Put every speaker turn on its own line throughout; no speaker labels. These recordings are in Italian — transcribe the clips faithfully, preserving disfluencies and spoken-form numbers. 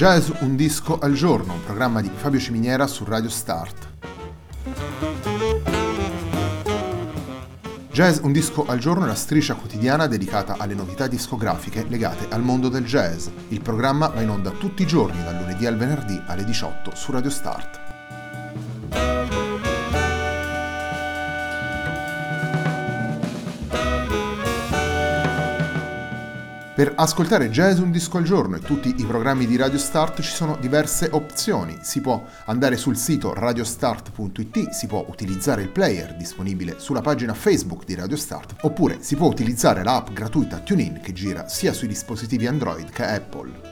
Jazz un disco al giorno, un programma di Fabio Ciminiera su Radio Start. Jazz un disco al giorno è la striscia quotidiana dedicata alle novità discografiche legate al mondo del jazz. Il programma va in onda tutti i giorni, dal lunedì al venerdì alle diciotto su Radio Start. Per ascoltare Jazz un disco al giorno e tutti i programmi di Radio Start ci sono diverse opzioni. Si può andare sul sito radiostart punto it, si può utilizzare il player disponibile sulla pagina Facebook di Radio Start, oppure si può utilizzare l'app gratuita TuneIn che gira sia sui dispositivi Android che Apple.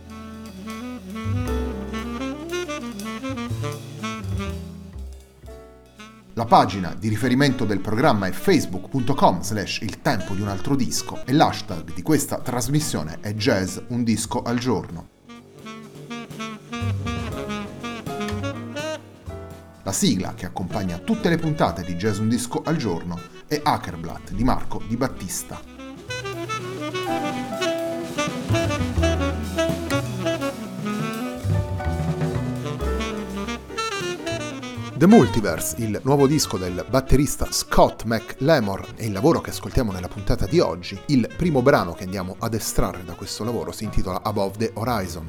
La pagina di riferimento del programma è facebook punto com slash il tempo di un altro disco e l'hashtag di questa trasmissione è Jazz un disco al giorno. La sigla che accompagna tutte le puntate di Jazz un disco al giorno è Hackerblatt di Marco Di Battista. The Multiverse, il nuovo disco del batterista Scott McLemore, è il lavoro che ascoltiamo nella puntata di oggi. Il primo brano che andiamo ad estrarre da questo lavoro si intitola Above the Horizon.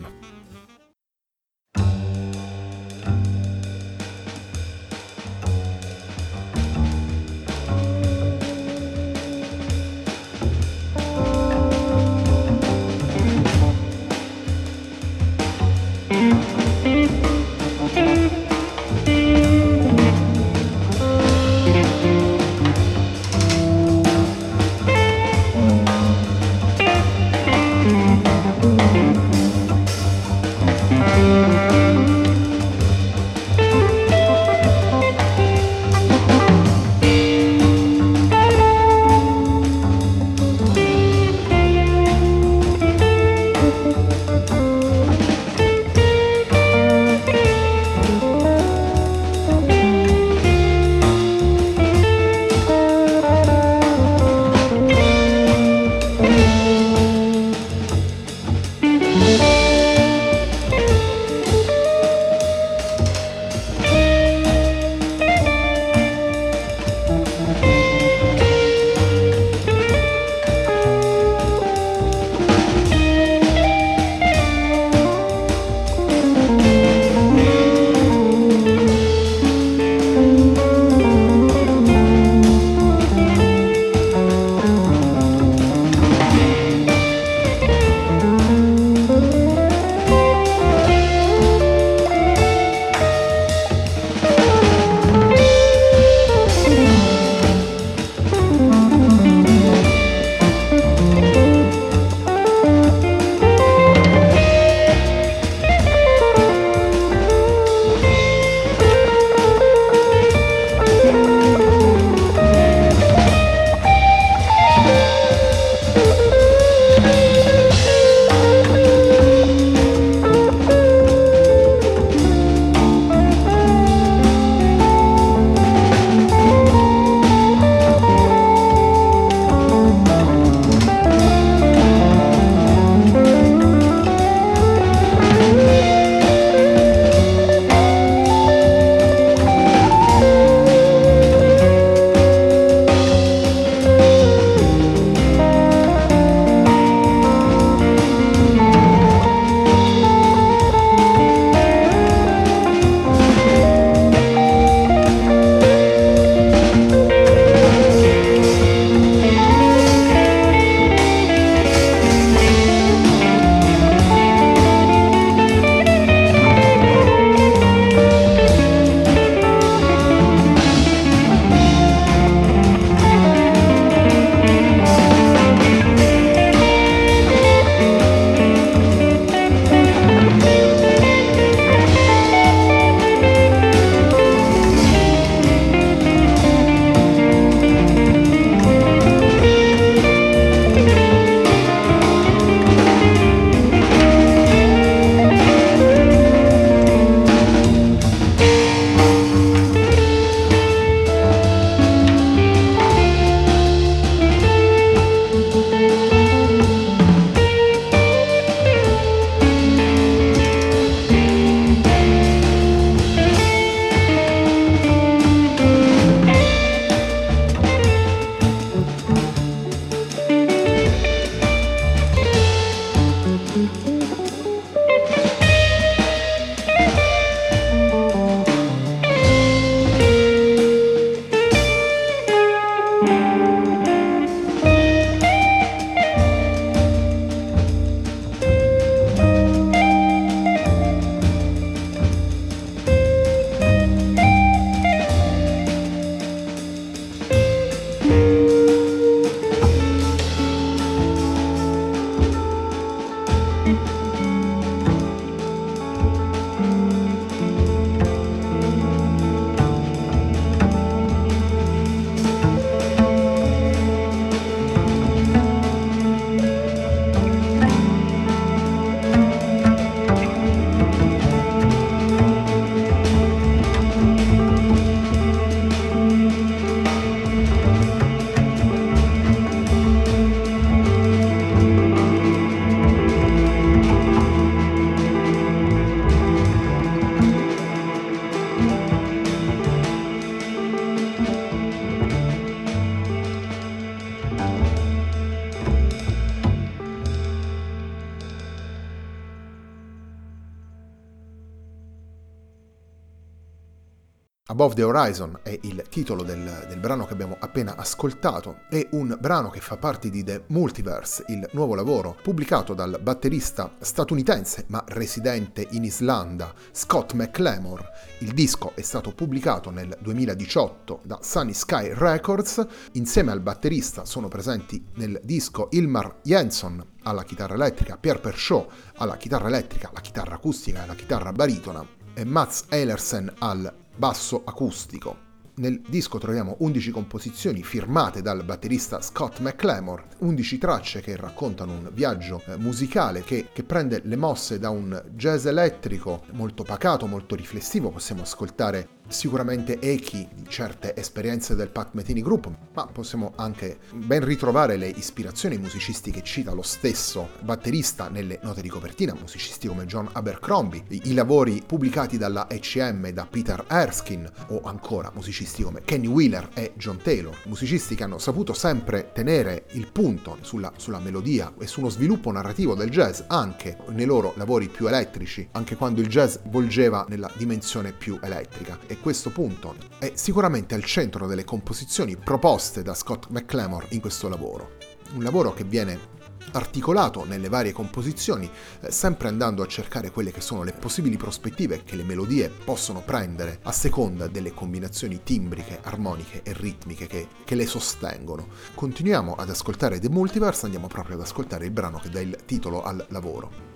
Above the Horizon è il titolo del, del brano che abbiamo appena ascoltato, è un brano che fa parte di The Multiverse, il nuovo lavoro pubblicato dal batterista statunitense ma residente in Islanda Scott McLemore. Il disco è stato pubblicato nel duemiladiciotto da Sunny Sky Records. Insieme al batterista sono presenti nel disco Ilmar Jensson alla chitarra elettrica, Pierre Perchaud alla chitarra elettrica, la chitarra acustica e la chitarra baritona e Mats Eilersen al basso acustico. Nel disco troviamo undici composizioni firmate dal batterista Scott McLemore, undici tracce che raccontano un viaggio eh, musicale che, che prende le mosse da un jazz elettrico molto pacato, molto riflessivo. Possiamo ascoltare sicuramente echi di certe esperienze del Pat Metheny Group, ma possiamo anche ben ritrovare le ispirazioni musicisti che cita lo stesso batterista nelle note di copertina, musicisti come John Abercrombie, i lavori pubblicati dalla E C M da Peter Erskine o ancora musicisti come Kenny Wheeler e John Taylor, musicisti che hanno saputo sempre tenere il punto sulla, sulla melodia e sullo sviluppo narrativo del jazz anche nei loro lavori più elettrici, anche quando il jazz volgeva nella dimensione più elettrica. E questo punto è sicuramente al centro delle composizioni proposte da Scott McLemore in questo lavoro. Un lavoro che viene articolato nelle varie composizioni, eh, sempre andando a cercare quelle che sono le possibili prospettive che le melodie possono prendere a seconda delle combinazioni timbriche, armoniche e ritmiche che, che le sostengono. Continuiamo ad ascoltare The Multiverse, andiamo proprio ad ascoltare il brano che dà il titolo al lavoro.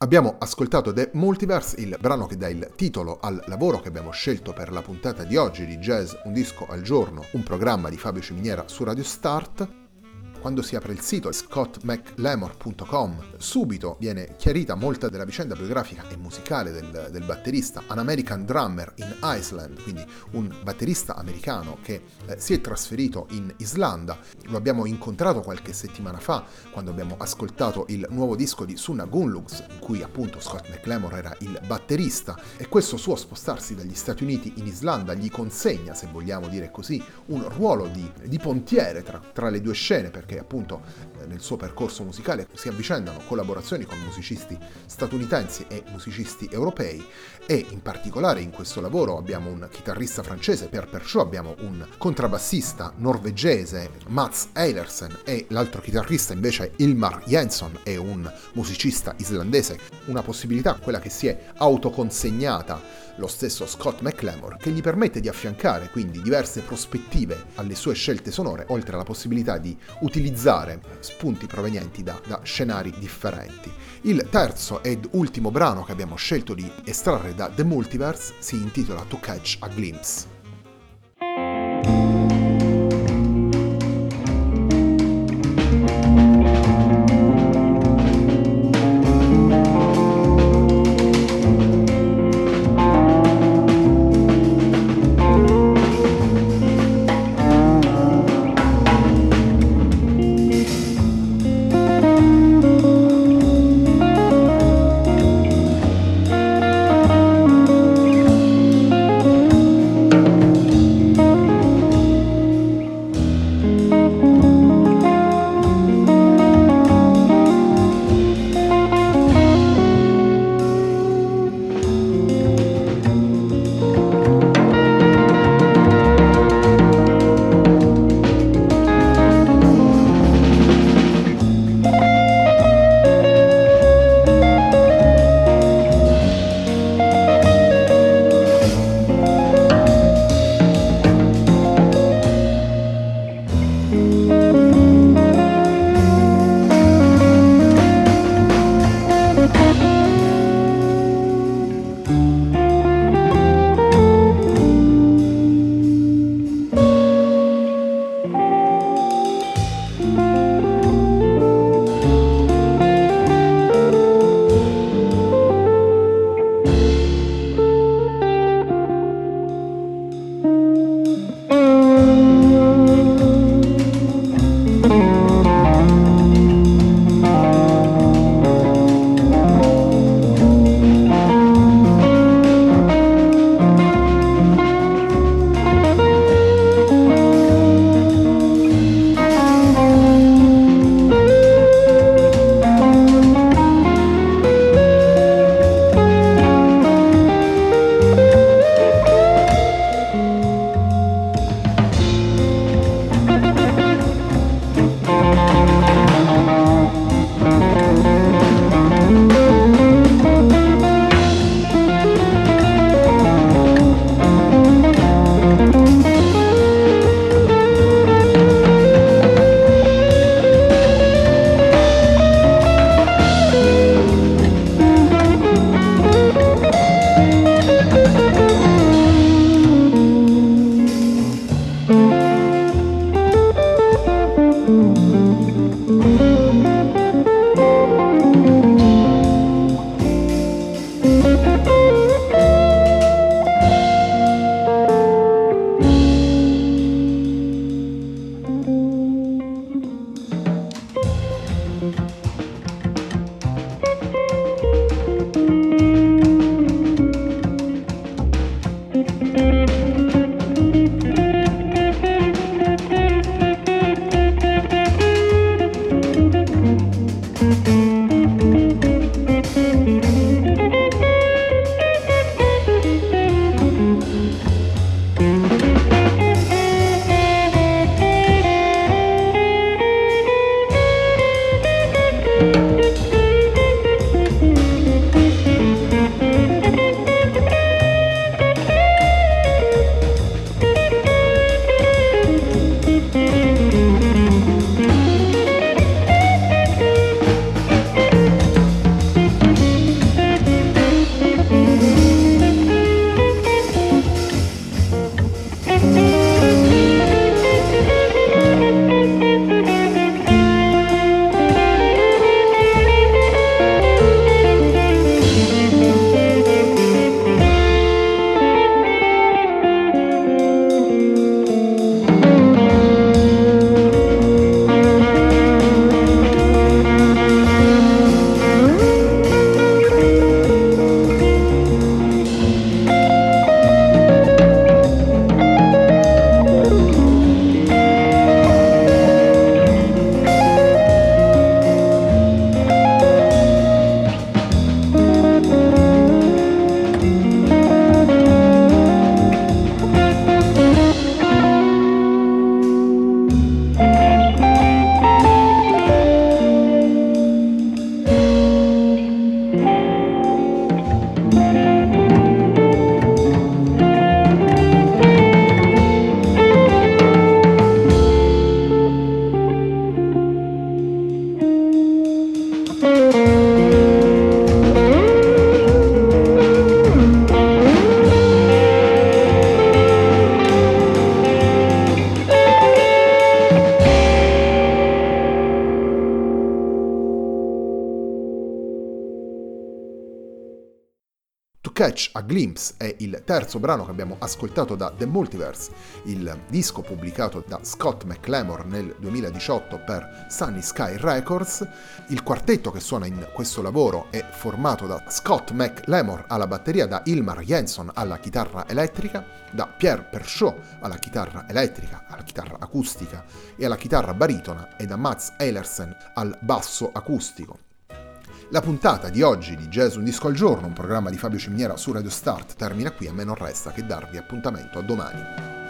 Abbiamo ascoltato The Multiverse, il brano che dà il titolo al lavoro che abbiamo scelto per la puntata di oggi di Jazz Un Disco al Giorno, un programma di Fabio Ciminiera su Radio Start. Quando si apre il sito scott mclemore punto com, subito viene chiarita molta della vicenda biografica e musicale del, del batterista, an American drummer in Iceland, quindi un batterista americano che eh, si è trasferito in Islanda. Lo abbiamo incontrato qualche settimana fa quando abbiamo ascoltato il nuovo disco di Sunna Gunlugs, in cui appunto Scott McLemore era il batterista, e questo suo spostarsi dagli Stati Uniti in Islanda gli consegna, se vogliamo dire così, un ruolo di, di pontiere tra, tra le due scene, perché appunto nel suo percorso musicale si avvicendano collaborazioni con musicisti statunitensi e musicisti europei, e in particolare in questo lavoro abbiamo un chitarrista francese, per perciò abbiamo un contrabbassista norvegese, Mats Eilersen, e l'altro chitarrista invece Ilmar Jensson è un musicista islandese, una possibilità, quella che si è autoconsegnata lo stesso Scott McLemore, che gli permette di affiancare quindi diverse prospettive alle sue scelte sonore, oltre alla possibilità di utilizzare spunti provenienti da, da scenari differenti. Il terzo ed ultimo brano che abbiamo scelto di estrarre da The Multiverse si intitola To Catch a Glimpse. Catch a Glimpse è il terzo brano che abbiamo ascoltato da The Multiverse, il disco pubblicato da Scott McLemore nel duemiladiciotto per Sunny Sky Records. Il quartetto che suona in questo lavoro è formato da Scott McLemore alla batteria, da Ilmar Jensson alla chitarra elettrica, da Pierre Perchaud alla chitarra elettrica, alla chitarra acustica e alla chitarra baritona e da Mats Eilersen al basso acustico. La puntata di oggi di Jazz Un Disco al Giorno, un programma di Fabio Ciminiera su Radio Start, termina qui. A me non resta che darvi appuntamento a domani.